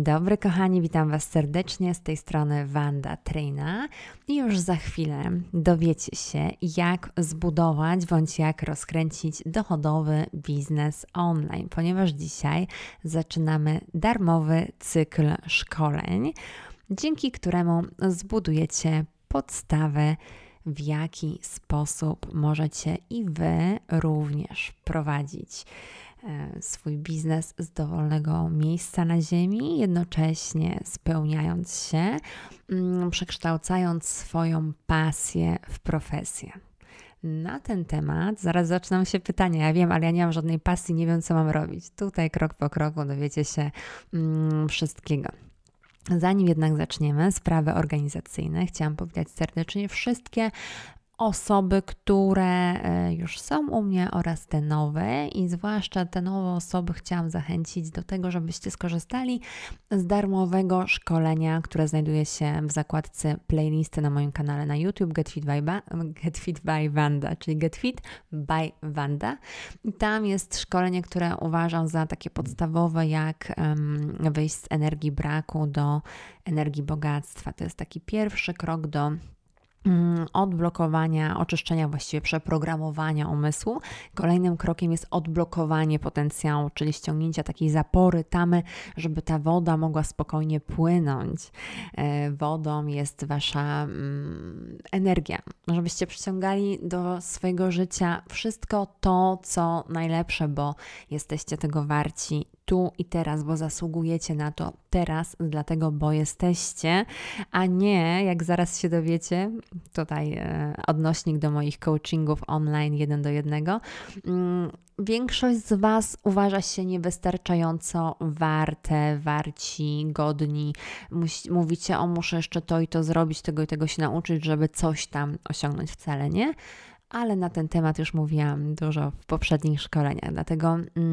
Dzień dobry kochani, witam Was serdecznie, z tej strony Wanda Trejna i już za chwilę dowiecie się, jak zbudować bądź jak rozkręcić dochodowy biznes online, ponieważ dzisiaj zaczynamy darmowy cykl szkoleń, dzięki któremu zbudujecie podstawę, w jaki sposób możecie i Wy również prowadzić swój biznes z dowolnego miejsca na ziemi, jednocześnie spełniając się, przekształcając swoją pasję w profesję. Na ten temat zaraz zaczną się pytania. Ja wiem, ale ja nie mam żadnej pasji, nie wiem, co mam robić. Tutaj krok po kroku dowiecie się wszystkiego. Zanim jednak zaczniemy sprawy organizacyjne, chciałam powitać serdecznie wszystkie osoby, które już są u mnie oraz te nowe i zwłaszcza te nowe osoby chciałam zachęcić do tego, żebyście skorzystali z darmowego szkolenia, które znajduje się w zakładce playlisty na moim kanale na YouTube Get Fit by Wanda, czyli Get Fit by Wanda. I tam jest szkolenie, które uważam za takie podstawowe, jak wyjść z energii braku do energii bogactwa. To jest taki pierwszy krok do odblokowania, oczyszczenia, właściwie przeprogramowania umysłu. Kolejnym krokiem jest odblokowanie potencjału, czyli ściągnięcia takiej zapory, tamy, żeby ta woda mogła spokojnie płynąć. Wodą jest Wasza energia, żebyście przyciągali do swojego życia wszystko to, co najlepsze, bo jesteście tego warci tu i teraz, bo zasługujecie na to teraz, dlatego, bo jesteście, a nie, jak zaraz się dowiecie, tutaj odnośnik do moich coachingów online 1 do 1, większość z Was uważa się niewystarczająco warci, godni. Mówicie, muszę jeszcze to i to zrobić, tego i tego się nauczyć, żeby coś tam osiągnąć, wcale nie, ale na ten temat już mówiłam dużo w poprzednich szkoleniach, dlatego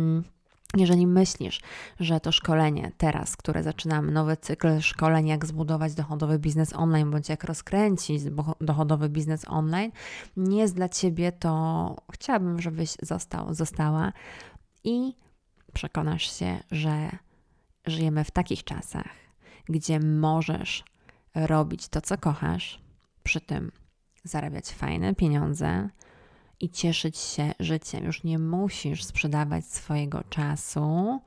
jeżeli myślisz, że to szkolenie teraz, które zaczynamy, nowy cykl szkoleń, jak zbudować dochodowy biznes online, bądź jak rozkręcić dochodowy biznes online, nie jest dla Ciebie, to chciałabym, żebyś została i przekonasz się, że żyjemy w takich czasach, gdzie możesz robić to, co kochasz, przy tym zarabiać fajne pieniądze, i cieszyć się życiem. Już nie musisz sprzedawać swojego czasu,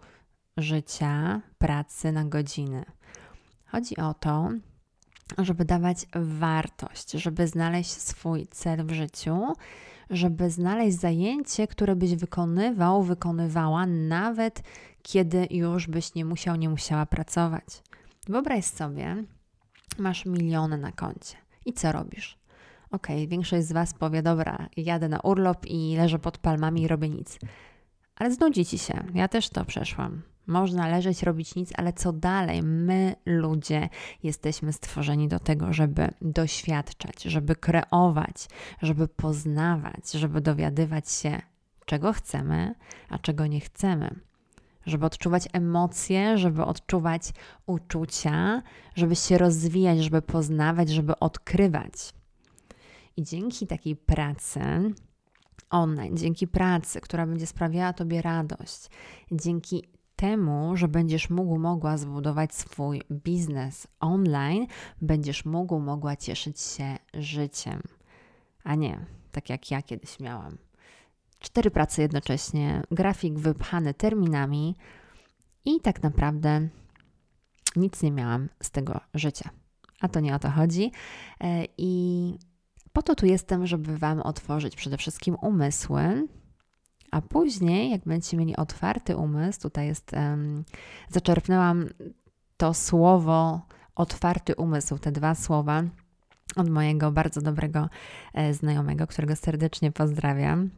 życia, pracy na godziny. Chodzi o to, żeby dawać wartość, żeby znaleźć swój cel w życiu, żeby znaleźć zajęcie, które byś wykonywała, nawet kiedy już byś nie musiała pracować. Wyobraź sobie, masz miliony na koncie i co robisz? Większość z Was powie, dobra, jadę na urlop i leżę pod palmami i robię nic. Ale znudzi Ci się, ja też to przeszłam. Można leżeć, robić nic, ale co dalej? My, ludzie, jesteśmy stworzeni do tego, żeby doświadczać, żeby kreować, żeby poznawać, żeby dowiadywać się, czego chcemy, a czego nie chcemy. Żeby odczuwać emocje, żeby odczuwać uczucia, żeby się rozwijać, żeby poznawać, żeby odkrywać. I dzięki takiej pracy online, dzięki pracy, która będzie sprawiała Tobie radość, dzięki temu, że będziesz mogła zbudować swój biznes online, będziesz mogła cieszyć się życiem, a nie tak jak ja kiedyś miałam. 4 prace jednocześnie, grafik wypchany terminami i tak naprawdę nic nie miałam z tego życia. A to nie o to chodzi. I po to tu jestem, żeby Wam otworzyć przede wszystkim umysły, a później, jak będziecie mieli otwarty umysł, tutaj jest, zaczerpnęłam to słowo otwarty umysł, te 2 słowa od mojego bardzo dobrego znajomego, którego serdecznie pozdrawiam.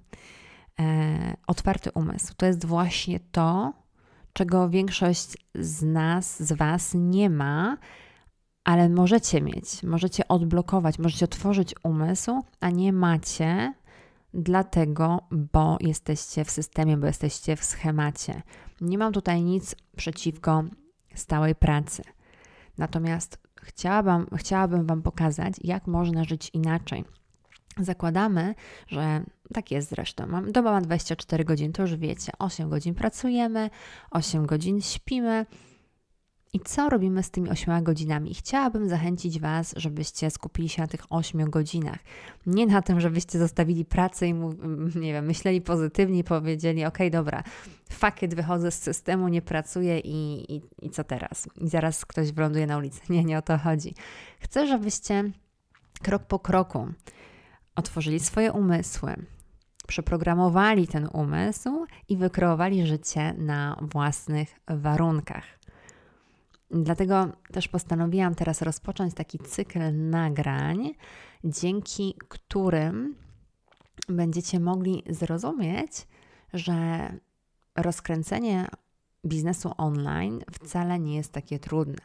Otwarty umysł to jest właśnie to, czego większość z Was nie ma, ale możecie mieć, możecie odblokować, możecie otworzyć umysł, a nie macie, dlatego, bo jesteście w systemie, bo jesteście w schemacie. Nie mam tutaj nic przeciwko stałej pracy. Natomiast chciałabym Wam pokazać, jak można żyć inaczej. Zakładamy, że tak jest zresztą. Doba ma 24 godziny, to już wiecie. 8 godzin pracujemy, 8 godzin śpimy I co robimy z tymi 8 godzinami? Chciałabym zachęcić Was, żebyście skupili się na tych 8 godzinach. Nie na tym, żebyście zostawili pracę i nie wiem, myśleli pozytywnie i powiedzieli, okej, dobra, fuck it, wychodzę z systemu, nie pracuję i co teraz? I zaraz ktoś wyląduje na ulicy. Nie o to chodzi. Chcę, żebyście krok po kroku otworzyli swoje umysły, przeprogramowali ten umysł i wykreowali życie na własnych warunkach. Dlatego też postanowiłam teraz rozpocząć taki cykl nagrań, dzięki którym będziecie mogli zrozumieć, że rozkręcenie biznesu online wcale nie jest takie trudne.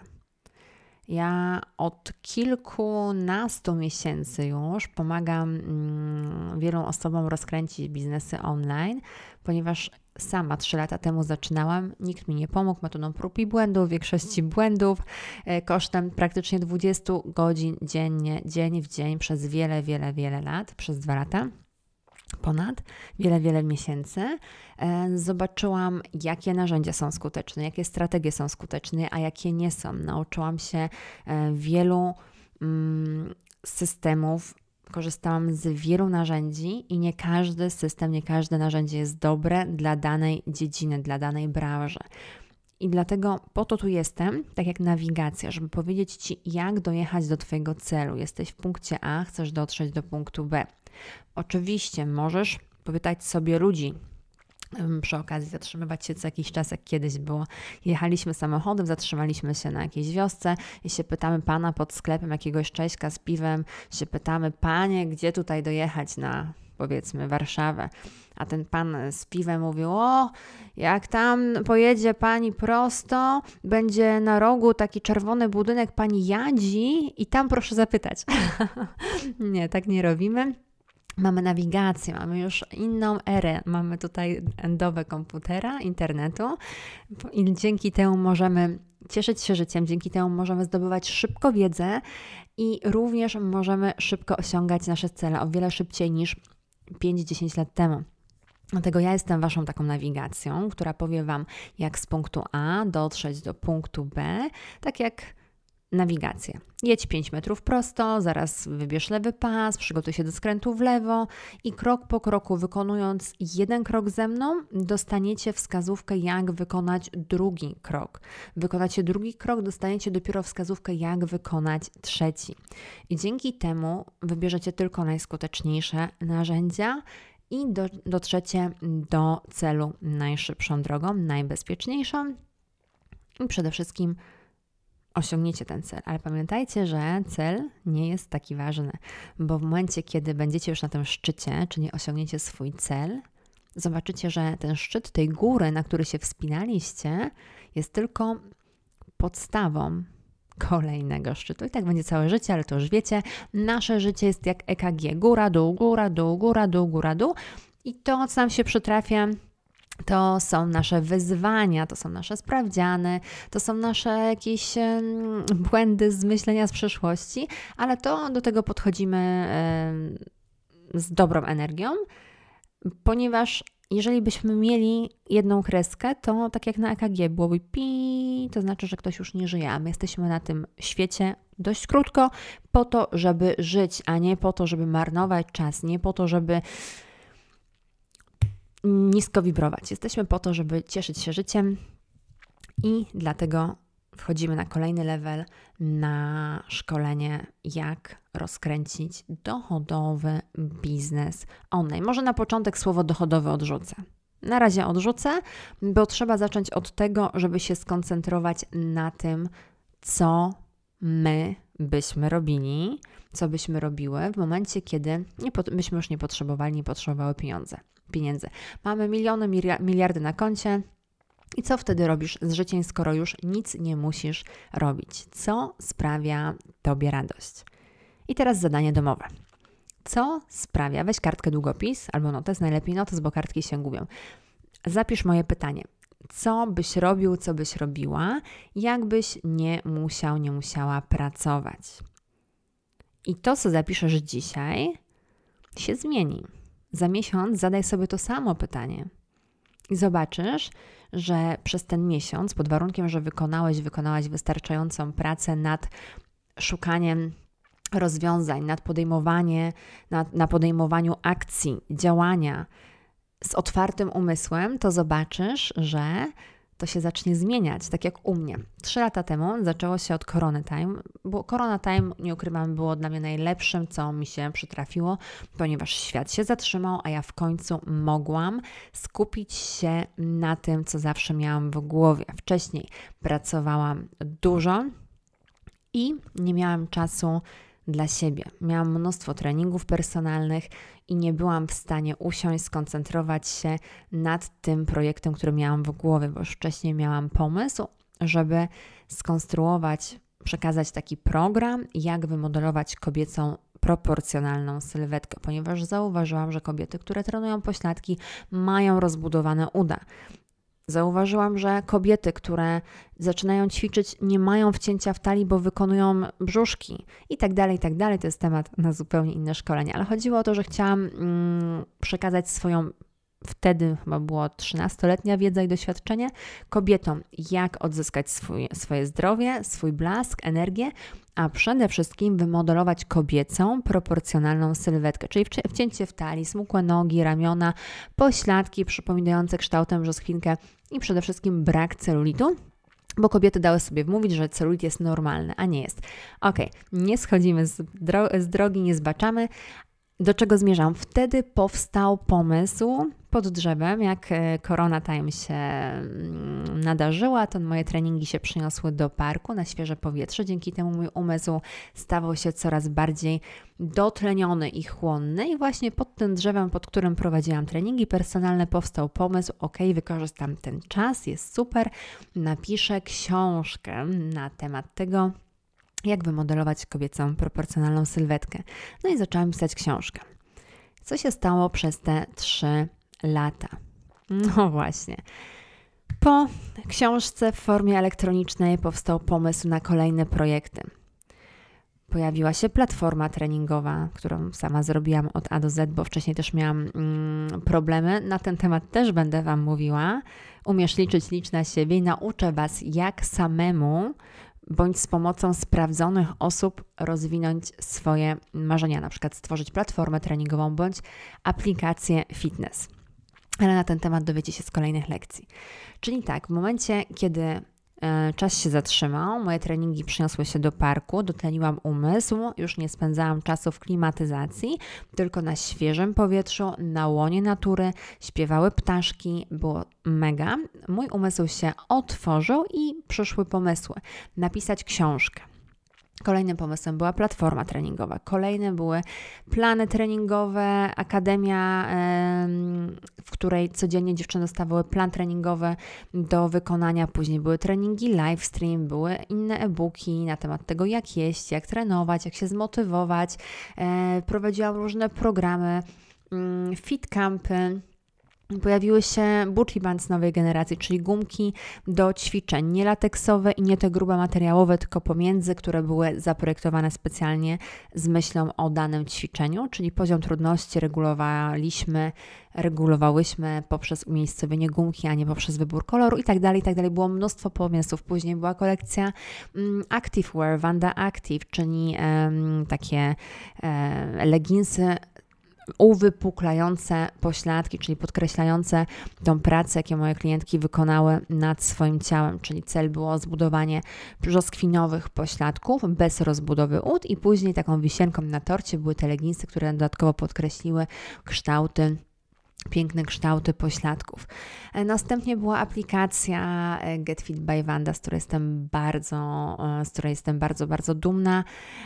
Ja od kilkunastu miesięcy już pomagam wielu osobom rozkręcić biznesy online, ponieważ sama 3 lata temu zaczynałam, nikt mi nie pomógł metodą prób i błędów, większości błędów, kosztem praktycznie 20 godzin dziennie, dzień w dzień przez wiele lat, przez 2 lata. Ponad wiele miesięcy zobaczyłam, jakie narzędzia są skuteczne, jakie strategie są skuteczne, a jakie nie są. Nauczyłam się wielu systemów, korzystałam z wielu narzędzi i nie każdy system, nie każde narzędzie jest dobre dla danej dziedziny, dla danej branży. I dlatego po to tu jestem, tak jak nawigacja, żeby powiedzieć Ci, jak dojechać do Twojego celu. Jesteś w punkcie A, chcesz dotrzeć do punktu B. Oczywiście możesz popytać sobie ludzi, przy okazji zatrzymywać się co jakiś czas, jak kiedyś było. Jechaliśmy samochodem, zatrzymaliśmy się na jakiejś wiosce i się pytamy pana pod sklepem jakiegoś cześćka z piwem, się pytamy, panie, gdzie tutaj dojechać na, powiedzmy, Warszawę. A ten pan z piwem mówił, o, jak tam pojedzie pani prosto, będzie na rogu taki czerwony budynek pani Jadzi i tam proszę zapytać. Nie, tak nie robimy. Mamy nawigację, mamy już inną erę, mamy tutaj dobę komputera, internetu i dzięki temu możemy cieszyć się życiem, dzięki temu możemy zdobywać szybko wiedzę i również możemy szybko osiągać nasze cele, o wiele szybciej niż 5-10 lat temu. Dlatego ja jestem Waszą taką nawigacją, która powie Wam, jak z punktu A dotrzeć do punktu B, tak jak nawigację. Jedź 5 metrów prosto, zaraz wybierz lewy pas, przygotuj się do skrętu w lewo i krok po kroku, wykonując jeden krok ze mną, dostaniecie wskazówkę, jak wykonać drugi krok. Wykonacie drugi krok, dostaniecie dopiero wskazówkę, jak wykonać trzeci. I dzięki temu wybierzecie tylko najskuteczniejsze narzędzia i dotrzecie do celu najszybszą drogą, najbezpieczniejszą i przede wszystkim osiągniecie ten cel. Ale pamiętajcie, że cel nie jest taki ważny, bo w momencie, kiedy będziecie już na tym szczycie, czyli osiągniecie swój cel, zobaczycie, że ten szczyt tej góry, na który się wspinaliście, jest tylko podstawą kolejnego szczytu. I tak będzie całe życie, ale to już wiecie, nasze życie jest jak EKG. Góra, dół, góra, dół, góra, dół, góra, dół. I to, co nam się przytrafia, to są nasze wyzwania, to są nasze sprawdziany, to są nasze jakieś błędy z myślenia z przeszłości, ale to do tego podchodzimy z dobrą energią, ponieważ jeżeli byśmy mieli jedną kreskę, to tak jak na EKG byłoby pi, to znaczy, że ktoś już nie żyje, a my jesteśmy na tym świecie dość krótko po to, żeby żyć, a nie po to, żeby marnować czas, nie po to, żeby nisko wibrować. Jesteśmy po to, żeby cieszyć się życiem i dlatego wchodzimy na kolejny level, na szkolenie, jak rozkręcić dochodowy biznes online. Może na początek słowo dochodowy odrzucę. Na razie odrzucę, bo trzeba zacząć od tego, żeby się skoncentrować na tym, co my byśmy robili, co byśmy robiły w momencie, kiedy byśmy już nie potrzebowały pieniędzy. Mamy miliony, miliardy na koncie i co wtedy robisz z życiem, skoro już nic nie musisz robić? Co sprawia Tobie radość? I teraz zadanie domowe. Co sprawia? Weź kartkę, długopis albo notes, najlepiej notes, bo kartki się gubią. Zapisz moje pytanie. Co byś robił, co byś robiła, jakbyś nie musiała pracować? I to, co zapiszesz dzisiaj, się zmieni. Za miesiąc zadaj sobie to samo pytanie i zobaczysz, że przez ten miesiąc, pod warunkiem, że wykonałaś wystarczającą pracę nad szukaniem rozwiązań, na podejmowaniu akcji, działania z otwartym umysłem, to zobaczysz, że to się zacznie zmieniać, tak jak u mnie. 3 lata temu zaczęło się od Corona Time, bo Corona Time, nie ukrywam, było dla mnie najlepszym, co mi się przytrafiło, ponieważ świat się zatrzymał, a ja w końcu mogłam skupić się na tym, co zawsze miałam w głowie. Wcześniej pracowałam dużo i nie miałam czasu dla siebie. Miałam mnóstwo treningów personalnych i nie byłam w stanie usiąść, skoncentrować się nad tym projektem, który miałam w głowie, bo już wcześniej miałam pomysł, żeby skonstruować, przekazać taki program, jak wymodelować kobiecą proporcjonalną sylwetkę, ponieważ zauważyłam, że kobiety, które trenują pośladki, mają rozbudowane uda. Zauważyłam, że kobiety, które zaczynają ćwiczyć, nie mają wcięcia w talii, bo wykonują brzuszki i tak dalej, i tak dalej. To jest temat na zupełnie inne szkolenie. Ale chodziło o to, że chciałam przekazać swoją, wtedy chyba było 13-letnia wiedza i doświadczenie kobietom, jak odzyskać swoje zdrowie, swój blask, energię, a przede wszystkim wymodelować kobiecą proporcjonalną sylwetkę, czyli wcięcie w talii, smukłe nogi, ramiona, pośladki przypominające kształtem brzoskwinkę i przede wszystkim brak celulitu, bo kobiety dały sobie wmówić, że celulit jest normalny, a nie jest. Nie schodzimy z drogi, nie zbaczamy. Do czego zmierzam? Wtedy powstał pomysł pod drzewem, jak Corona Time się nadarzyła, to moje treningi się przyniosły do parku na świeże powietrze. Dzięki temu mój umysł stawał się coraz bardziej dotleniony i chłonny i właśnie pod tym drzewem, pod którym prowadziłam treningi personalne, powstał pomysł, wykorzystam ten czas, jest super, napiszę książkę na temat tego, jak wymodelować kobiecą proporcjonalną sylwetkę. No i zaczęłam pisać książkę. Co się stało przez te 3 lata? No właśnie. Po książce w formie elektronicznej powstał pomysł na kolejne projekty. Pojawiła się platforma treningowa, którą sama zrobiłam od A do Z, bo wcześniej też miałam problemy. Na ten temat też będę Wam mówiła. Umiesz liczyć, licz na siebie i nauczę Was, jak samemu bądź z pomocą sprawdzonych osób rozwinąć swoje marzenia, na przykład stworzyć platformę treningową bądź aplikację fitness. Ale na ten temat dowiecie się z kolejnych lekcji. Czyli tak, w momencie, kiedy czas się zatrzymał, moje treningi przyniosły się do parku, dotleniłam umysł, już nie spędzałam czasu w klimatyzacji, tylko na świeżym powietrzu, na łonie natury, śpiewały ptaszki, było mega. Mój umysł się otworzył i przyszły pomysły. Napisać książkę. Kolejnym pomysłem była platforma treningowa. Kolejne były plany treningowe, akademia, w której codziennie dziewczyny dostawały plan treningowy do wykonania. Później były treningi livestream, były inne e-booki na temat tego, jak jeść, jak trenować, jak się zmotywować. Prowadziłam różne programy, fit campy. Pojawiły się booty bands nowej generacji, czyli gumki do ćwiczeń, nie lateksowe i nie te grube materiałowe, tylko pomiędzy, które były zaprojektowane specjalnie z myślą o danym ćwiczeniu, czyli poziom trudności regulowałyśmy poprzez umiejscowienie gumki, a nie poprzez wybór koloru i tak dalej, i tak dalej. Było mnóstwo pomysłów. Później była kolekcja Activewear, Wanda Active, czyli takie leginsy uwypuklające pośladki, czyli podkreślające tą pracę, jakie moje klientki wykonały nad swoim ciałem, czyli cel było zbudowanie brzoskwiniowych pośladków bez rozbudowy ud i później taką wisienką na torcie były te leginsy, które dodatkowo podkreśliły piękne kształty pośladków. Następnie była aplikacja Get Fit by Wanda, z której jestem bardzo, bardzo dumna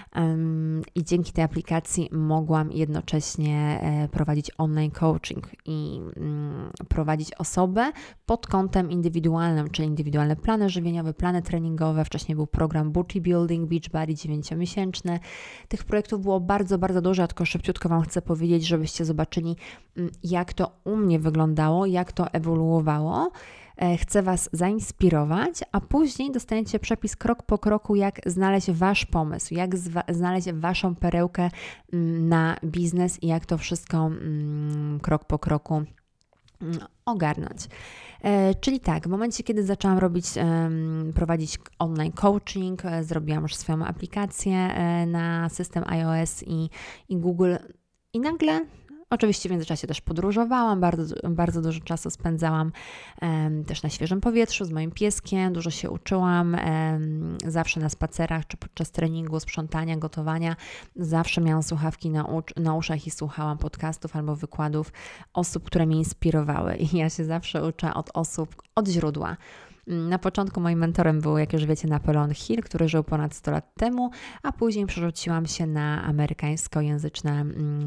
i dzięki tej aplikacji mogłam jednocześnie prowadzić online coaching i prowadzić osobę pod kątem indywidualnym, czyli indywidualne plany żywieniowe, plany treningowe. Wcześniej był program Booty Building, Beachbody 9-miesięczny. Tych projektów było bardzo, bardzo dużo, tylko szybciutko Wam chcę powiedzieć, żebyście zobaczyli, jak to u mnie wyglądało, jak to ewoluowało. Chcę Was zainspirować, a później dostaniecie przepis krok po kroku, jak znaleźć Wasz pomysł, jak znaleźć Waszą perełkę na biznes i jak to wszystko krok po kroku ogarnąć. Czyli tak, w momencie, kiedy zaczęłam prowadzić online coaching, zrobiłam już swoją aplikację na system iOS i Google i nagle, oczywiście w międzyczasie też podróżowałam, bardzo dużo czasu spędzałam też na świeżym powietrzu z moim pieskiem, dużo się uczyłam, zawsze na spacerach czy podczas treningu, sprzątania, gotowania, zawsze miałam słuchawki na uszach i słuchałam podcastów albo wykładów osób, które mnie inspirowały i ja się zawsze uczę od osób, od źródła. Na początku moim mentorem był, jak już wiecie, Napoleon Hill, który żył ponad 100 lat temu, a później przerzuciłam się na amerykańskojęzyczne,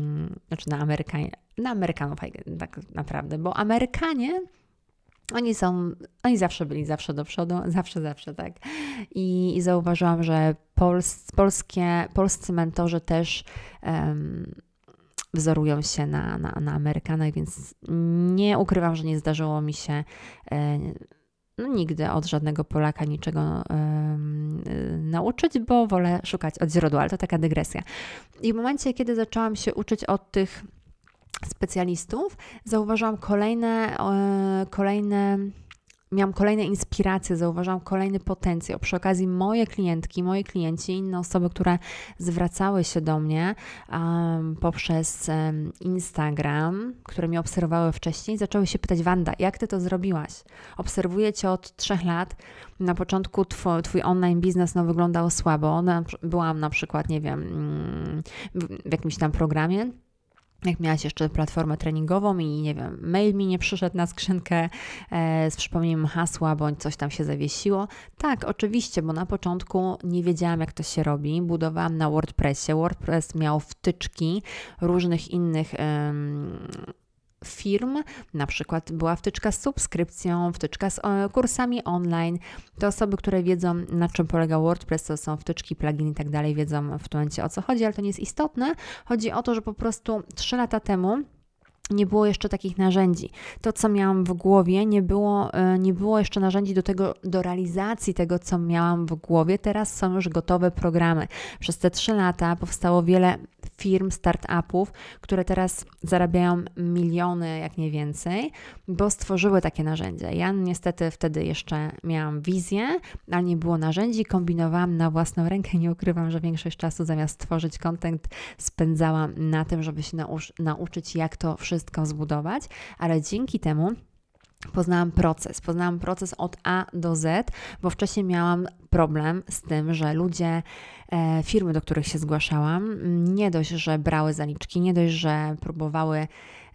na Amerykanów tak naprawdę, bo Amerykanie, oni zawsze byli do przodu, zawsze tak. I zauważyłam, że polscy mentorzy też wzorują się na Amerykanach, więc nie ukrywam, że nie zdarzyło mi się nigdy od żadnego Polaka niczego nauczyć, bo wolę szukać od źródła, ale to taka dygresja. I w momencie, kiedy zaczęłam się uczyć od tych specjalistów, zauważyłam miałam kolejne inspiracje, zauważyłam kolejny potencjał. Przy okazji moje klienci, inne osoby, które zwracały się do mnie poprzez Instagram, które mnie obserwowały wcześniej, zaczęły się pytać: Wanda, jak Ty to zrobiłaś? Obserwuję Cię od 3 lat. Na początku Twój online biznes wyglądał słabo. Byłam na przykład, nie wiem, w jakimś tam programie, jak miałaś jeszcze platformę treningową i nie wiem, mail mi nie przyszedł na skrzynkę z przypomnieniem hasła, bądź coś tam się zawiesiło. Tak, oczywiście, bo na początku nie wiedziałam, jak to się robi. Budowałam na WordPressie. WordPress miał wtyczki różnych innych firm, na przykład była wtyczka z subskrypcją, wtyczka z kursami online. Te osoby, które wiedzą, na czym polega WordPress, to są wtyczki, pluginy i tak dalej, wiedzą w tym momencie, o co chodzi, ale to nie jest istotne. Chodzi o to, że po prostu 3 lata temu nie było jeszcze takich narzędzi. To, co miałam w głowie, nie było jeszcze narzędzi do realizacji tego, co miałam w głowie. Teraz są już gotowe programy. Przez te 3 lata powstało wiele firm, startupów, które teraz zarabiają miliony, jak nie więcej, bo stworzyły takie narzędzia. Ja niestety wtedy jeszcze miałam wizję, ale nie było narzędzi, kombinowałam na własną rękę. Nie ukrywam, że większość czasu zamiast tworzyć content spędzałam na tym, żeby się nauczyć, jak to wszystko zbudować, ale dzięki temu poznałam proces od A do Z, bo wcześniej miałam problem z tym, że ludzie, firmy, do których się zgłaszałam, nie dość, że brały zaliczki, nie dość, że próbowały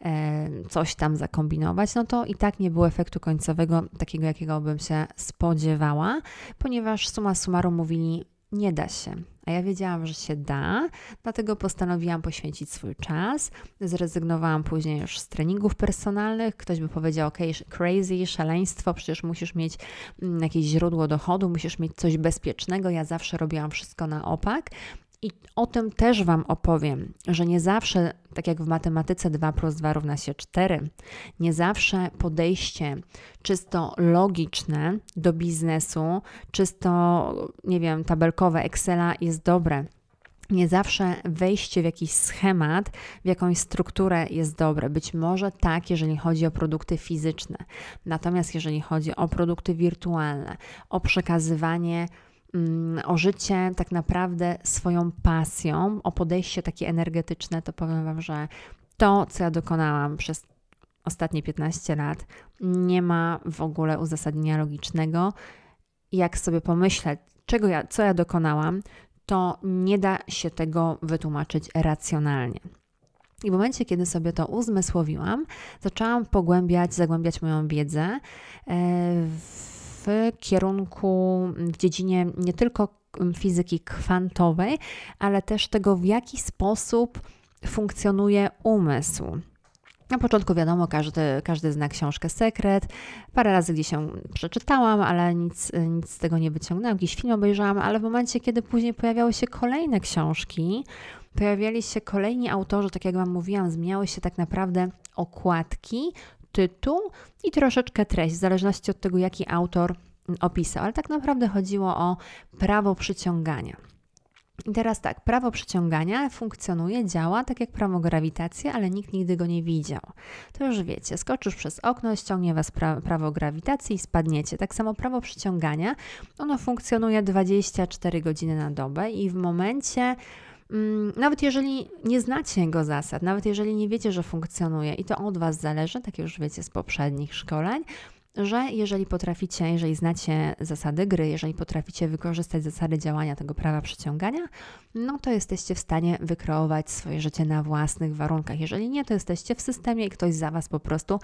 coś tam zakombinować, no to i tak nie było efektu końcowego takiego, jakiego bym się spodziewała, ponieważ summa summarum mówili: nie da się. A ja wiedziałam, że się da, dlatego postanowiłam poświęcić swój czas. Zrezygnowałam później już z treningów personalnych. Ktoś by powiedział: ok, crazy, szaleństwo, przecież musisz mieć jakieś źródło dochodu, musisz mieć coś bezpiecznego. Ja zawsze robiłam wszystko na opak. I o tym też Wam opowiem, że nie zawsze, tak jak w matematyce 2 + 2 równa się 4, nie zawsze podejście czysto logiczne do biznesu, czysto, nie wiem, tabelkowe Excela jest dobre. Nie zawsze wejście w jakiś schemat, w jakąś strukturę jest dobre. Być może tak, jeżeli chodzi o produkty fizyczne. Natomiast jeżeli chodzi o produkty wirtualne, o przekazywanie, o życie tak naprawdę swoją pasją, o podejście takie energetyczne, to powiem Wam, że to, co ja dokonałam przez ostatnie 15 lat, nie ma w ogóle uzasadnienia logicznego. Jak sobie pomyśleć, co ja dokonałam, to nie da się tego wytłumaczyć racjonalnie. I w momencie, kiedy sobie to uzmysłowiłam, zaczęłam zagłębiać moją wiedzę w kierunku, w dziedzinie nie tylko fizyki kwantowej, ale też tego, w jaki sposób funkcjonuje umysł. Na początku wiadomo, każdy zna książkę Sekret. Parę razy gdzieś ją przeczytałam, ale nic z tego nie wyciągnęłam. Jakiś film obejrzałam, ale w momencie, kiedy później pojawiały się kolejne książki, pojawiali się kolejni autorzy, tak jak Wam mówiłam, zmieniały się tak naprawdę okładki, tytuł i troszeczkę treść, w zależności od tego, jaki autor opisał. Ale tak naprawdę chodziło o prawo przyciągania. I teraz tak, prawo przyciągania funkcjonuje, działa tak jak prawo grawitacji, ale nikt nigdy go nie widział. To już wiecie, skoczysz przez okno, ściągnie Was prawo grawitacji i spadniecie. Tak samo prawo przyciągania, ono funkcjonuje 24 godziny na dobę i w momencie, nawet jeżeli nie znacie jego zasad, nawet jeżeli nie wiecie, że funkcjonuje i to od Was zależy, tak już wiecie z poprzednich szkoleń, że jeżeli znacie zasady gry, jeżeli potraficie wykorzystać zasady działania tego prawa przyciągania, no to jesteście w stanie wykreować swoje życie na własnych warunkach. Jeżeli nie, to jesteście w systemie i ktoś za Was po prostu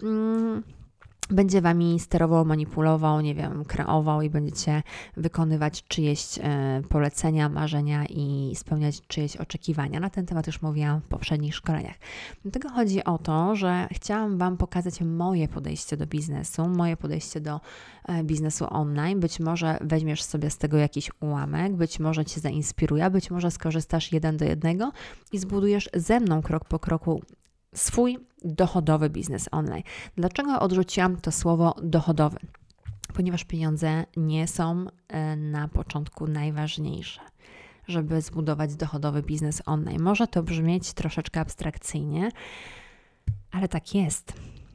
będzie Wami sterował, manipulował, nie wiem, kreował i będziecie wykonywać czyjeś polecenia, marzenia i spełniać czyjeś oczekiwania. Na ten temat już mówiłam w poprzednich szkoleniach. Dlatego chodzi o to, że chciałam Wam pokazać moje podejście do biznesu, moje podejście do biznesu online. Być może weźmiesz sobie z tego jakiś ułamek, być może Cię zainspiruje, być może skorzystasz 1 do 1 i zbudujesz ze mną krok po kroku swój dochodowy biznes online. Dlaczego odrzuciłam to słowo dochodowy? Ponieważ pieniądze nie są na początku najważniejsze, żeby zbudować dochodowy biznes online. Może to brzmieć troszeczkę abstrakcyjnie, ale tak jest.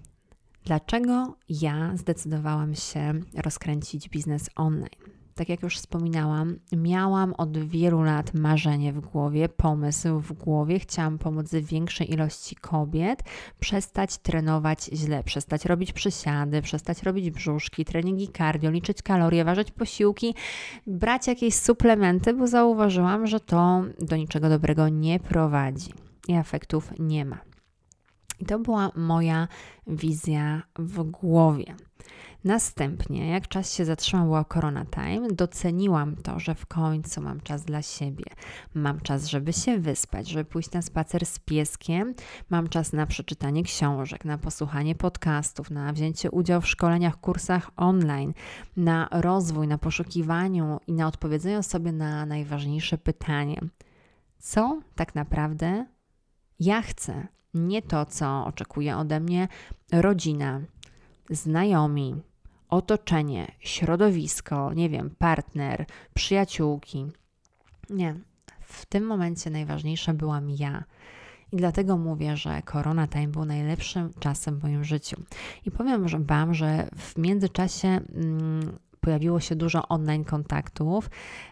Dlaczego ja zdecydowałam się rozkręcić biznes online? Tak jak już wspominałam, miałam od wielu lat marzenie w głowie, pomysł w głowie. Chciałam pomóc większej ilości kobiet przestać trenować źle, przestać robić przysiady, przestać robić brzuszki, treningi cardio, liczyć kalorie, ważyć posiłki, brać jakieś suplementy, bo zauważyłam, że to do niczego dobrego nie prowadzi i efektów nie ma. I to była moja wizja w głowie. Następnie, jak czas się zatrzymał, była Corona Time, doceniłam to, że w końcu mam czas dla siebie. Mam czas, żeby się wyspać, żeby pójść na spacer z pieskiem. Mam czas na przeczytanie książek, na posłuchanie podcastów, na wzięcie udziału w szkoleniach, kursach online, na rozwój, na poszukiwaniu i na odpowiedzeniu sobie na najważniejsze pytanie. Co tak naprawdę ja chcę? Nie to, co oczekuje ode mnie rodzina, znajomi, otoczenie, środowisko, nie wiem, partner, przyjaciółki. Nie, w tym momencie najważniejsza byłam ja. I dlatego mówię, że Corona Time był najlepszym czasem w moim życiu. I powiem Wam, że w międzyczasie pojawiło się dużo online kontaktów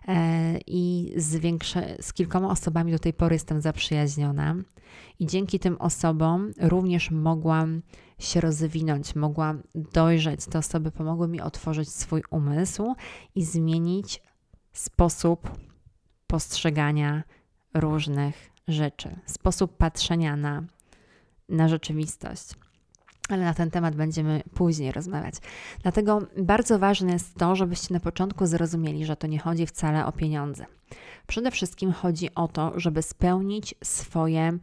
i z kilkoma osobami do tej pory jestem zaprzyjaźniona. I dzięki tym osobom również mogłam się rozwinąć, mogłam dojrzeć. Te osoby pomogły mi otworzyć swój umysł i zmienić sposób postrzegania różnych rzeczy, sposób patrzenia na rzeczywistość. Ale na ten temat będziemy później rozmawiać. Dlatego bardzo ważne jest to, żebyście na początku zrozumieli, że to nie chodzi wcale o pieniądze. Przede wszystkim chodzi o to, żeby spełnić swoje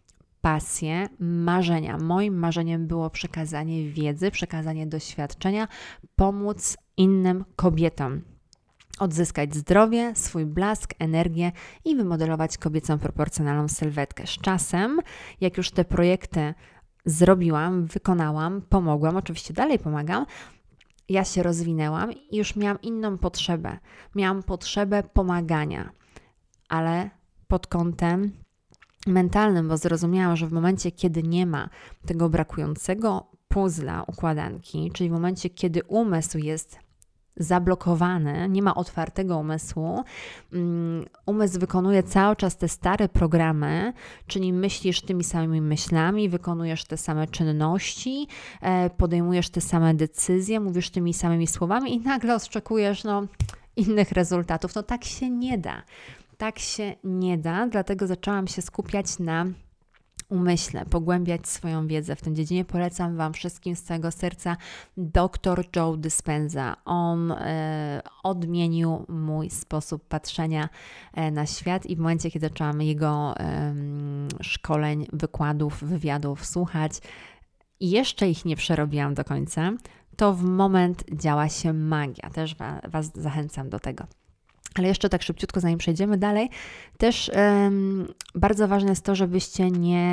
pasje, marzenia. Moim marzeniem było przekazanie wiedzy, przekazanie doświadczenia, pomóc innym kobietom odzyskać zdrowie, swój blask, energię i wymodelować kobiecą proporcjonalną sylwetkę. Z czasem, jak już te projekty zrobiłam, wykonałam, pomogłam, oczywiście dalej pomagam, ja się rozwinęłam i już miałam inną potrzebę. Miałam potrzebę pomagania, ale pod kątem mentalnym, bo zrozumiałam, że w momencie, kiedy nie ma tego brakującego puzzla, układanki, czyli w momencie, kiedy umysł jest zablokowany, nie ma otwartego umysłu, umysł wykonuje cały czas te stare programy, czyli myślisz tymi samymi myślami, wykonujesz te same czynności, podejmujesz te same decyzje, mówisz tymi samymi słowami i nagle oczekujesz innych rezultatów. Tak się nie da. Tak się nie da, dlatego zaczęłam się skupiać na umyśle, pogłębiać swoją wiedzę w tej dziedzinie. Polecam Wam wszystkim z całego serca dr Joe Dispenza. On odmienił mój sposób patrzenia na świat i w momencie, kiedy zaczęłam jego szkoleń, wykładów, wywiadów słuchać i jeszcze ich nie przerobiłam do końca, to w moment działa się magia. Też Was zachęcam do tego. Ale jeszcze tak szybciutko, zanim przejdziemy dalej, też bardzo ważne jest to, żebyście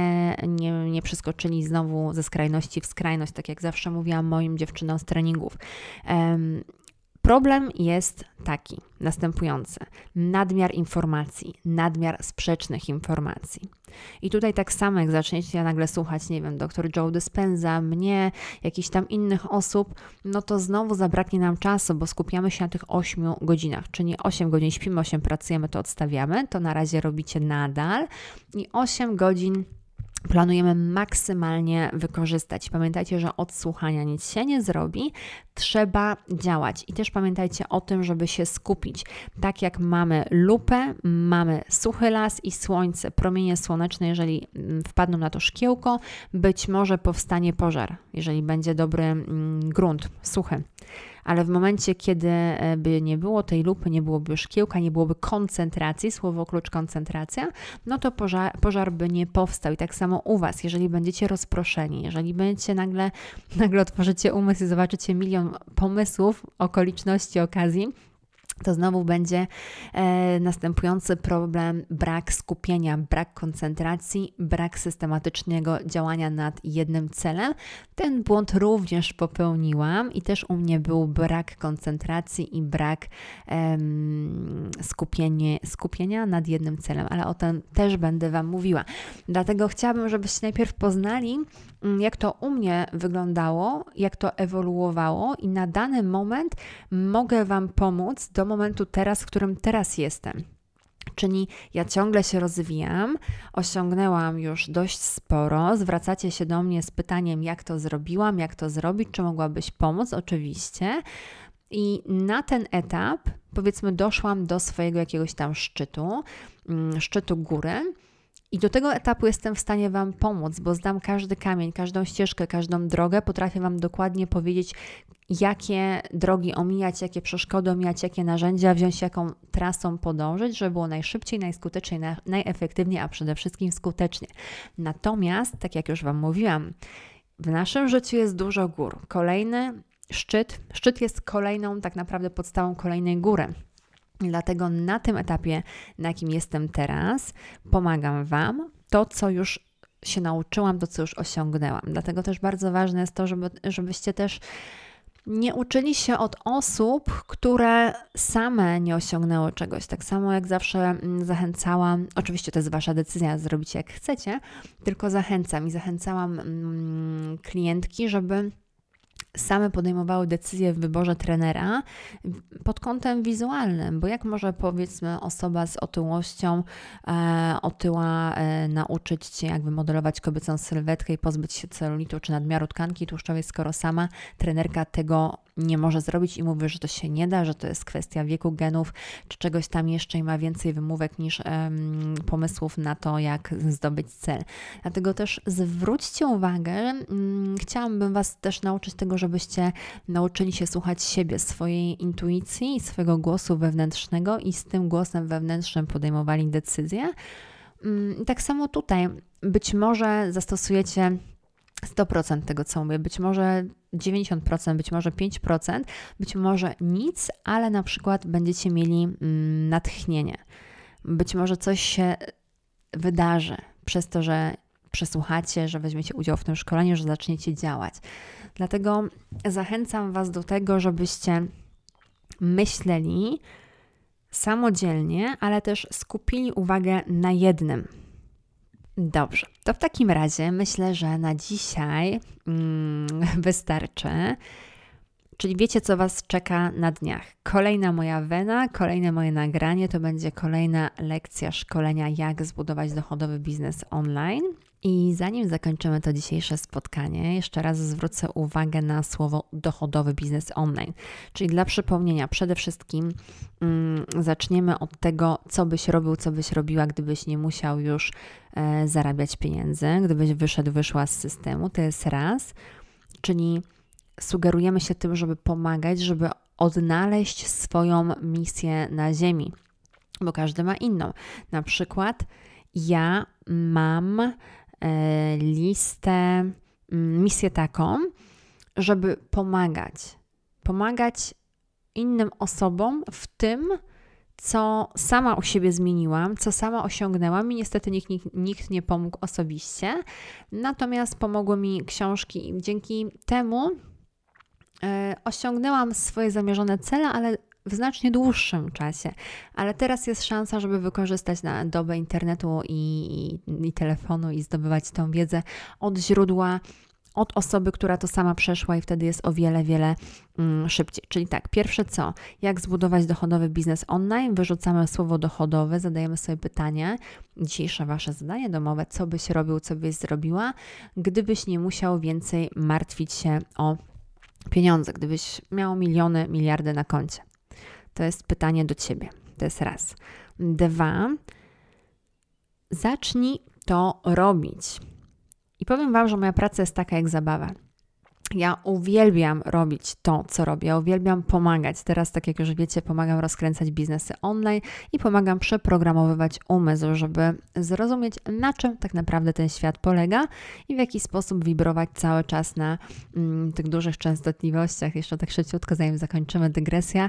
nie przeskoczyli znowu ze skrajności w skrajność, tak jak zawsze mówiłam moim dziewczynom z treningów. Problem jest taki, następujący. Nadmiar informacji, nadmiar sprzecznych informacji. I tutaj tak samo, jak zaczniecie nagle słuchać, nie wiem, dr Joe Dispenza, mnie, jakichś tam innych osób, no to znowu zabraknie nam czasu, bo skupiamy się na tych 8 godzinach, czyli 8 godzin śpimy, 8 pracujemy, to odstawiamy, to na razie robicie nadal i 8 godzin planujemy maksymalnie wykorzystać. Pamiętajcie, że od słuchania nic się nie zrobi, trzeba działać. I też pamiętajcie o tym, żeby się skupić. Tak jak mamy lupę, mamy suchy las i słońce, promienie słoneczne, jeżeli wpadną na to szkiełko, być może powstanie pożar, jeżeli będzie dobry grunt, suchy. Ale w momencie, kiedy by nie było tej lupy, nie byłoby szkiełka, nie byłoby koncentracji, słowo klucz koncentracja, no to pożar by nie powstał. I tak samo u Was, jeżeli będziecie rozproszeni, jeżeli będziecie nagle otworzycie umysł i zobaczycie milion pomysłów, okoliczności, okazji, to znowu będzie następujący problem: brak skupienia, brak koncentracji, brak systematycznego działania nad jednym celem. Ten błąd również popełniłam i też u mnie był brak koncentracji i brak skupienia nad jednym celem, ale o tym też będę Wam mówiła. Dlatego chciałabym, żebyście najpierw poznali, jak to u mnie wyglądało, jak to ewoluowało i na dany moment mogę Wam pomóc do momentu teraz, w którym teraz jestem. Czyli ja ciągle się rozwijam, osiągnęłam już dość sporo, zwracacie się do mnie z pytaniem, jak to zrobiłam, jak to zrobić, czy mogłabyś pomóc? Oczywiście. I na ten etap, powiedzmy, doszłam do swojego jakiegoś tam szczytu góry. I do tego etapu jestem w stanie Wam pomóc, bo znam każdy kamień, każdą ścieżkę, każdą drogę. Potrafię Wam dokładnie powiedzieć, jakie drogi omijać, jakie przeszkody omijać, jakie narzędzia wziąć, jaką trasą podążyć, żeby było najszybciej, najskuteczniej, najefektywniej, a przede wszystkim skutecznie. Natomiast, tak jak już Wam mówiłam, w naszym życiu jest dużo gór. Kolejny szczyt jest kolejną tak naprawdę podstawą kolejnej góry. Dlatego na tym etapie, na jakim jestem teraz, pomagam Wam to, co już się nauczyłam, to, co już osiągnęłam. Dlatego też bardzo ważne jest to, żebyście też nie uczyli się od osób, które same nie osiągnęły czegoś. Tak samo jak zawsze zachęcałam, oczywiście to jest Wasza decyzja, zrobicie jak chcecie, tylko zachęcałam klientki, żeby same podejmowały decyzje w wyborze trenera pod kątem wizualnym, bo jak może, powiedzmy, osoba z otyłością otyła nauczyć się, jak wymodelować kobiecą sylwetkę i pozbyć się celulitu czy nadmiaru tkanki tłuszczowej, skoro sama trenerka tego nie może zrobić i mówi, że to się nie da, że to jest kwestia wieku, genów czy czegoś tam jeszcze i ma więcej wymówek niż pomysłów na to, jak zdobyć cel. Dlatego też zwróćcie uwagę, chciałabym Was też nauczyć tego, żebyście nauczyli się słuchać siebie, swojej intuicji, swojego głosu wewnętrznego i z tym głosem wewnętrznym podejmowali decyzje. I tak samo tutaj, być może zastosujecie 100% tego, co mówię, być może 90%, być może 5%, być może nic, ale na przykład będziecie mieli natchnienie. Być może coś się wydarzy przez to, że przesłuchacie, że weźmiecie udział w tym szkoleniu, że zaczniecie działać. Dlatego zachęcam Was do tego, żebyście myśleli samodzielnie, ale też skupili uwagę na jednym. Dobrze, to w takim razie myślę, że na dzisiaj wystarczy. Czyli wiecie, co Was czeka na dniach. Kolejna moja wena, kolejne moje nagranie, to będzie kolejna lekcja szkolenia, jak zbudować dochodowy biznes online. I zanim zakończymy to dzisiejsze spotkanie, jeszcze raz zwrócę uwagę na słowo dochodowy biznes online. Czyli dla przypomnienia, przede wszystkim zaczniemy od tego, co byś robił, co byś robiła, gdybyś nie musiał już zarabiać pieniędzy, gdybyś wyszła z systemu, to jest raz. Czyli sugerujemy się tym, żeby pomagać, żeby odnaleźć swoją misję na ziemi, bo każdy ma inną. Na przykład ja mam misję taką, żeby pomagać innym osobom w tym, co sama u siebie zmieniłam, co sama osiągnęłam i niestety nikt nie pomógł osobiście, natomiast pomogły mi książki i dzięki temu osiągnęłam swoje zamierzone cele, ale w znacznie dłuższym czasie. Ale teraz jest szansa, żeby wykorzystać na dobę internetu i telefonu i zdobywać tą wiedzę od źródła, od osoby, która to sama przeszła i wtedy jest o wiele, wiele szybciej. Czyli tak, pierwsze co? Jak zbudować dochodowy biznes online? Wyrzucamy słowo dochodowy, zadajemy sobie pytanie, dzisiejsze Wasze zadanie domowe, co byś robił, co byś zrobiła, gdybyś nie musiał więcej martwić się o pieniądze, gdybyś miał miliony, miliardy na koncie. To jest pytanie do Ciebie. To jest raz. 2. Zacznij to robić. I powiem Wam, że moja praca jest taka jak zabawa. Ja uwielbiam robić to, co robię. Ja uwielbiam pomagać. Teraz, tak jak już wiecie, pomagam rozkręcać biznesy online i pomagam przeprogramowywać umysł, żeby zrozumieć, na czym tak naprawdę ten świat polega i w jaki sposób wibrować cały czas na tych dużych częstotliwościach. Jeszcze tak szybciutko, zanim zakończymy dygresja.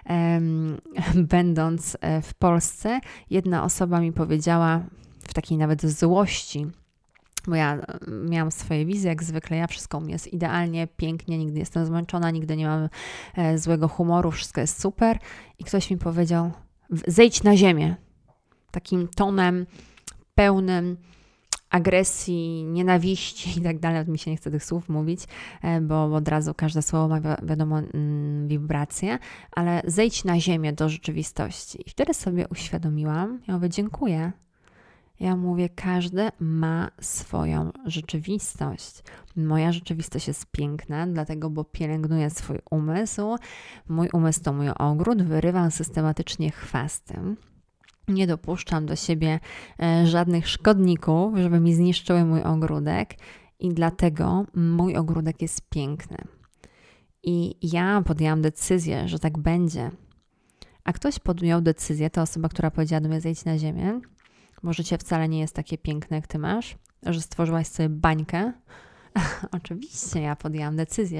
Będąc w Polsce, jedna osoba mi powiedziała w takiej nawet złości, bo ja miałam swoje wizje, jak zwykle ja, wszystko u mnie jest idealnie, pięknie, nigdy nie jestem zmęczona, nigdy nie mam złego humoru, wszystko jest super. I ktoś mi powiedział, zejdź na ziemię. Takim tonem pełnym agresji, nienawiści i tak dalej. Mi się nie chce tych słów mówić, bo od razu każde słowo ma wiadomo wibrację, ale zejdź na ziemię do rzeczywistości. I wtedy sobie uświadomiłam, ja mówię, dziękuję. Ja mówię, każdy ma swoją rzeczywistość. Moja rzeczywistość jest piękna, dlatego, bo pielęgnuję swój umysł. Mój umysł to mój ogród, wyrywam systematycznie chwasty. Nie dopuszczam do siebie żadnych szkodników, żeby mi zniszczyły mój ogródek i dlatego mój ogródek jest piękny. I ja podjęłam decyzję, że tak będzie. A ktoś podjął decyzję, ta osoba, która powiedziała do mnie, zejdź na ziemię, bo życie wcale nie jest takie piękne, jak ty masz, że stworzyłaś sobie bańkę. Oczywiście ja podjęłam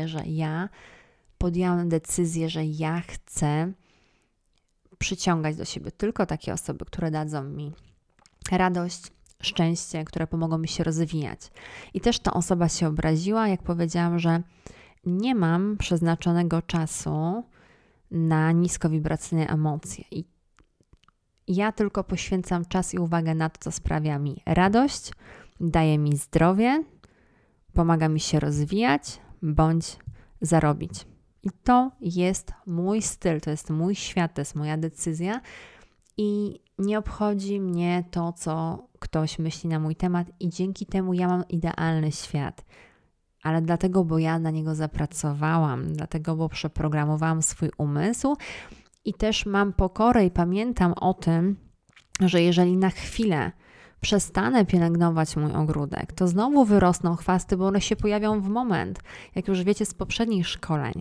decyzję, że ja chcę przyciągać do siebie tylko takie osoby, które dadzą mi radość, szczęście, które pomogą mi się rozwijać. I też ta osoba się obraziła, jak powiedziałam, że nie mam przeznaczonego czasu na niskowibracyjne emocje. I ja tylko poświęcam czas i uwagę na to, co sprawia mi radość, daje mi zdrowie, pomaga mi się rozwijać bądź zarobić. I to jest mój styl, to jest mój świat, to jest moja decyzja i nie obchodzi mnie to, co ktoś myśli na mój temat i dzięki temu ja mam idealny świat. Ale dlatego, bo ja na niego zapracowałam, dlatego, bo przeprogramowałam swój umysł i też mam pokorę i pamiętam o tym, że jeżeli na chwilę przestanę pielęgnować mój ogródek, to znowu wyrosną chwasty, bo one się pojawią w moment, jak już wiecie z poprzednich szkoleń.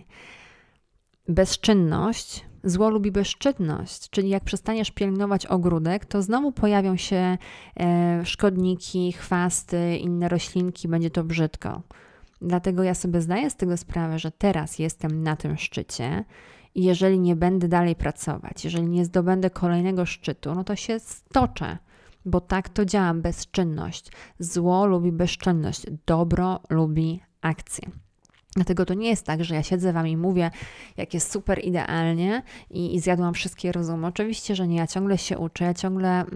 Bezczynność, zło lubi bezczynność, czyli jak przestaniesz pielęgnować ogródek, to znowu pojawią się szkodniki, chwasty, inne roślinki, będzie to brzydko. Dlatego ja sobie zdaję z tego sprawę, że teraz jestem na tym szczycie i jeżeli nie będę dalej pracować, jeżeli nie zdobędę kolejnego szczytu, no to się stoczę, bo tak to działa, bezczynność. Zło lubi bezczynność, dobro lubi akcję. Dlatego to nie jest tak, że ja siedzę Wam i mówię, jak jest super idealnie i zjadłam wszystkie rozumy. Oczywiście, że nie, ja ciągle się uczę, ja ciągle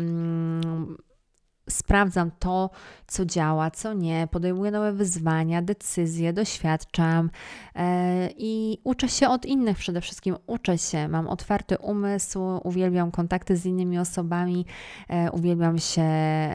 sprawdzam to, co działa, co nie, podejmuję nowe wyzwania, decyzje, doświadczam i uczę się od innych przede wszystkim. Uczę się, mam otwarty umysł, uwielbiam kontakty z innymi osobami, uwielbiam się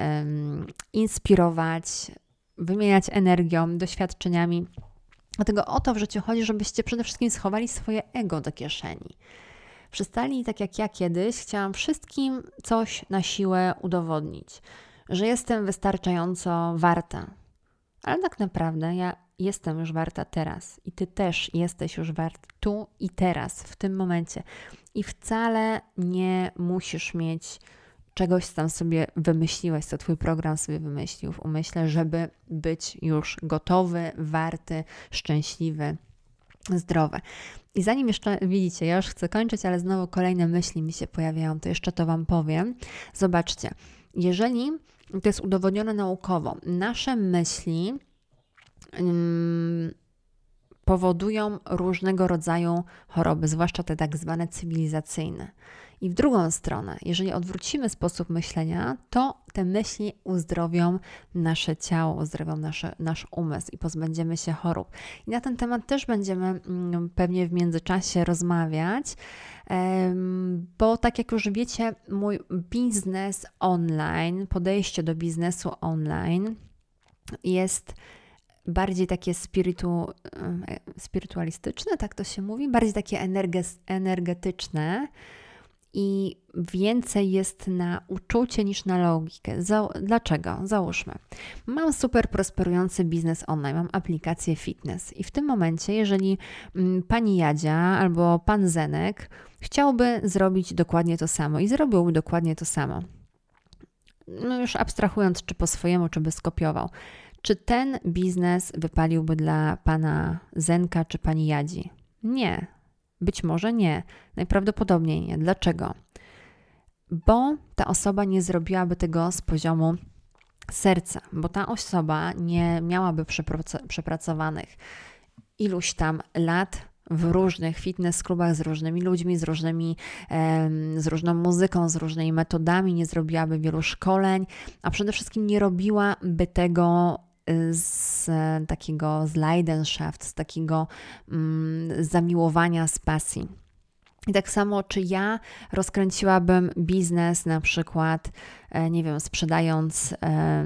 inspirować, wymieniać energią, doświadczeniami. Dlatego o to w życiu chodzi, żebyście przede wszystkim schowali swoje ego do kieszeni. Przestali, tak jak ja kiedyś, chciałam wszystkim coś na siłę udowodnić, że jestem wystarczająco warta. Ale tak naprawdę ja jestem już warta teraz i ty też jesteś już wart tu i teraz, w tym momencie. I wcale nie musisz mieć czegoś, co tam sobie wymyśliłeś, co twój program sobie wymyślił w umyśle, żeby być już gotowy, warty, szczęśliwy, zdrowy. I zanim jeszcze, widzicie, ja już chcę kończyć, ale znowu kolejne myśli mi się pojawiają, to jeszcze to Wam powiem. Zobaczcie, jeżeli to jest udowodnione naukowo, nasze myśli powodują różnego rodzaju choroby, zwłaszcza te tak zwane cywilizacyjne. I w drugą stronę, jeżeli odwrócimy sposób myślenia, to te myśli uzdrowią nasze ciało, uzdrowią nasz umysł i pozbędziemy się chorób. I na ten temat też będziemy pewnie w międzyczasie rozmawiać, bo tak jak już wiecie, mój biznes online, podejście do biznesu online jest bardziej takie spirytualistyczne, tak to się mówi, bardziej takie energetyczne i więcej jest na uczucie niż na logikę. Dlaczego? Załóżmy, mam super prosperujący biznes online, mam aplikację fitness i w tym momencie, jeżeli pani Jadzia albo pan Zenek chciałby zrobić dokładnie to samo i zrobiłby dokładnie to samo, no już abstrahując, czy po swojemu, czy by skopiował, czy ten biznes wypaliłby dla pana Zenka czy pani Jadzi? Nie. Być może nie. Najprawdopodobniej nie. Dlaczego? Bo ta osoba nie zrobiłaby tego z poziomu serca, bo ta osoba nie miałaby przepracowanych iluś tam lat w różnych fitness klubach z różnymi ludźmi, z różną muzyką, z różnymi metodami, nie zrobiłaby wielu szkoleń, a przede wszystkim nie robiłaby tego z Leidenschaft, z takiego zamiłowania, z pasji. I tak samo, czy ja rozkręciłabym biznes na przykład, nie wiem, sprzedając,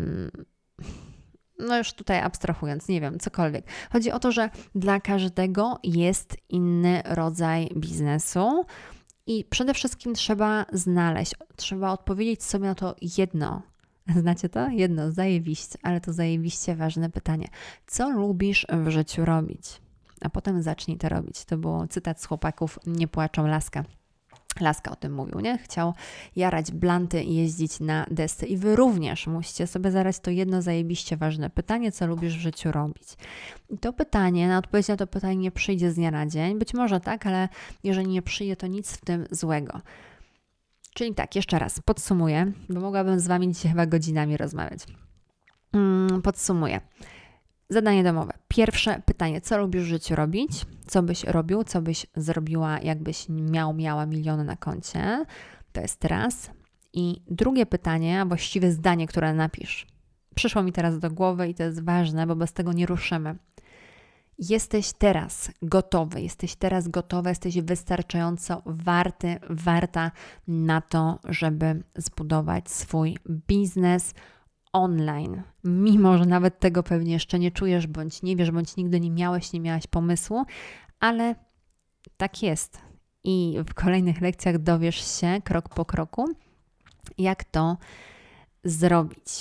no już tutaj abstrahując, nie wiem, cokolwiek. Chodzi o to, że dla każdego jest inny rodzaj biznesu i przede wszystkim trzeba odpowiedzieć sobie na to jedno. Znacie to? Jedno, zajebiście, ale to zajebiście ważne pytanie. Co lubisz w życiu robić? A potem zacznij to robić. To był cytat z Chłopaków Nie płaczą laska. Laska o tym mówił, nie? Chciał jarać blanty i jeździć na desce. I wy również musicie sobie zadać to jedno zajebiście ważne pytanie, co lubisz w życiu robić. I to pytanie, na odpowiedź na to pytanie nie przyjdzie z dnia na dzień. Być może tak, ale jeżeli nie przyjdzie, to nic w tym złego. Czyli tak, jeszcze raz podsumuję, bo mogłabym z Wami dzisiaj chyba godzinami rozmawiać. Podsumuję. Zadanie domowe. Pierwsze pytanie, co lubisz w życiu robić? Co byś robił? Co byś zrobiła, jakbyś miała miliony na koncie? To jest raz. I drugie pytanie, a właściwie zdanie, które napisz. Przyszło mi teraz do głowy i to jest ważne, bo bez tego nie ruszymy. Jesteś teraz gotowy, jesteś wystarczająco warta na to, żeby zbudować swój biznes online. Mimo że nawet tego pewnie jeszcze nie czujesz, bądź nie wiesz, bądź nigdy nie miałaś pomysłu, ale tak jest. I w kolejnych lekcjach dowiesz się krok po kroku, jak to zrobić.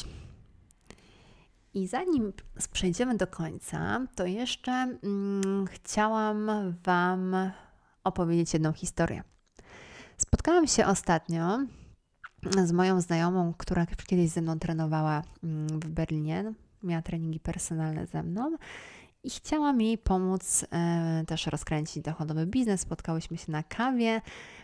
I zanim przejdziemy do końca, to jeszcze chciałam Wam opowiedzieć jedną historię. Spotkałam się ostatnio z moją znajomą, która kiedyś ze mną trenowała w Berlinie, miała treningi personalne ze mną i chciałam jej pomóc też rozkręcić dochodowy biznes. Spotkałyśmy się na kawie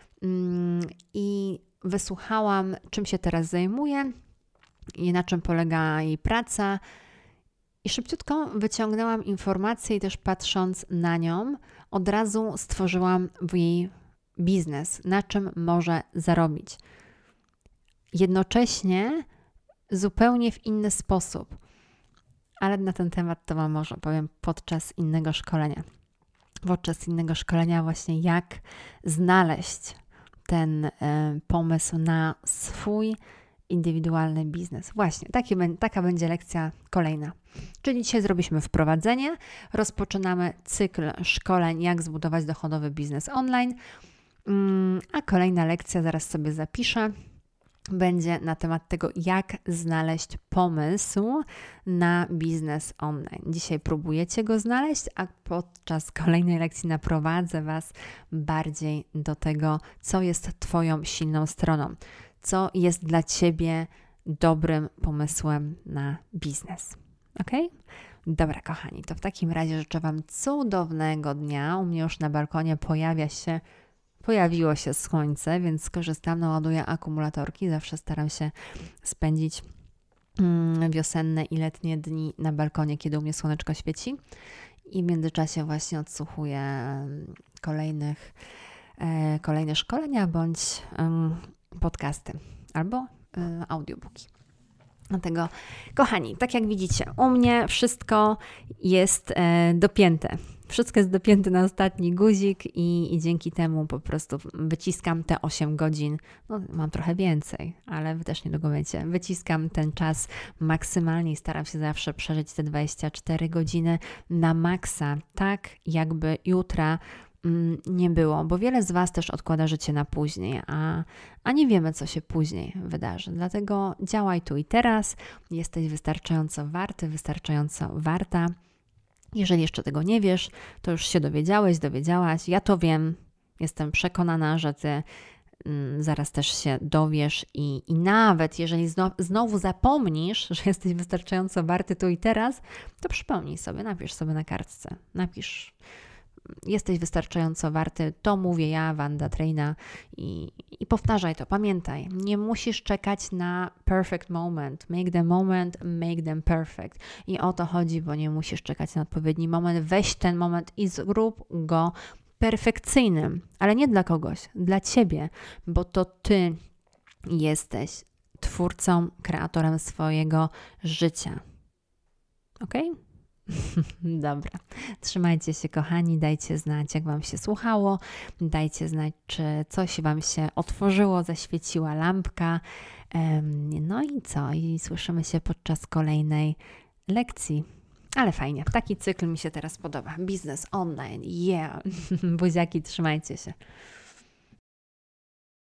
i wysłuchałam, czym się teraz zajmuje i na czym polega jej praca. I szybciutko wyciągnęłam informacje i też patrząc na nią, od razu stworzyłam w jej biznes, na czym może zarobić. Jednocześnie zupełnie w inny sposób. Ale na ten temat to Wam może powiem podczas innego szkolenia. Podczas innego szkolenia właśnie jak znaleźć ten pomysł na swój indywidualny biznes. Właśnie, taka będzie lekcja kolejna. Czyli dzisiaj zrobiliśmy wprowadzenie, rozpoczynamy cykl szkoleń, jak zbudować dochodowy biznes online, a kolejna lekcja, zaraz sobie zapiszę, będzie na temat tego, jak znaleźć pomysł na biznes online. Dzisiaj próbujecie go znaleźć, a podczas kolejnej lekcji naprowadzę Was bardziej do tego, co jest Twoją silną stroną, co jest dla Ciebie dobrym pomysłem na biznes. Ok? Dobra, kochani, to w takim razie życzę Wam cudownego dnia. U mnie już na balkonie pojawiło się słońce, więc skorzystam, naładuję akumulatorki. Zawsze staram się spędzić wiosenne i letnie dni na balkonie, kiedy u mnie słoneczko świeci. i w międzyczasie właśnie odsłuchuję kolejne szkolenia bądź podcasty albo audiobooki. Dlatego, kochani, tak jak widzicie, u mnie wszystko jest dopięte. Wszystko jest dopięte na ostatni guzik i dzięki temu po prostu wyciskam te 8 godzin. No, mam trochę więcej, ale wy też niedługo wiecie. Wyciskam ten czas maksymalnie i staram się zawsze przeżyć te 24 godziny na maksa, tak jakby jutra nie było, bo wiele z Was też odkłada życie na później, a nie wiemy, co się później wydarzy. Dlatego działaj tu i teraz, jesteś wystarczająco warty, wystarczająco warta. Jeżeli jeszcze tego nie wiesz, to już się dowiedziałaś, ja to wiem, jestem przekonana, że Ty zaraz też się dowiesz i nawet jeżeli znowu zapomnisz, że jesteś wystarczająco warty tu i teraz, to przypomnij sobie, napisz sobie na kartce, napisz: jesteś wystarczająco warty, to mówię ja, Wanda Trejna i powtarzaj to, pamiętaj, nie musisz czekać na perfect moment, make them perfect i o to chodzi, bo nie musisz czekać na odpowiedni moment, weź ten moment i zrób go perfekcyjnym, ale nie dla kogoś, dla Ciebie, bo to Ty jesteś twórcą, kreatorem swojego życia. Okej? Dobra, trzymajcie się kochani, dajcie znać, jak Wam się słuchało, dajcie znać, czy coś Wam się otworzyło, zaświeciła lampka, no i co, i słyszymy się podczas kolejnej lekcji. Ale fajnie, taki cykl mi się teraz podoba, biznes online, yeah, buziaki, trzymajcie się.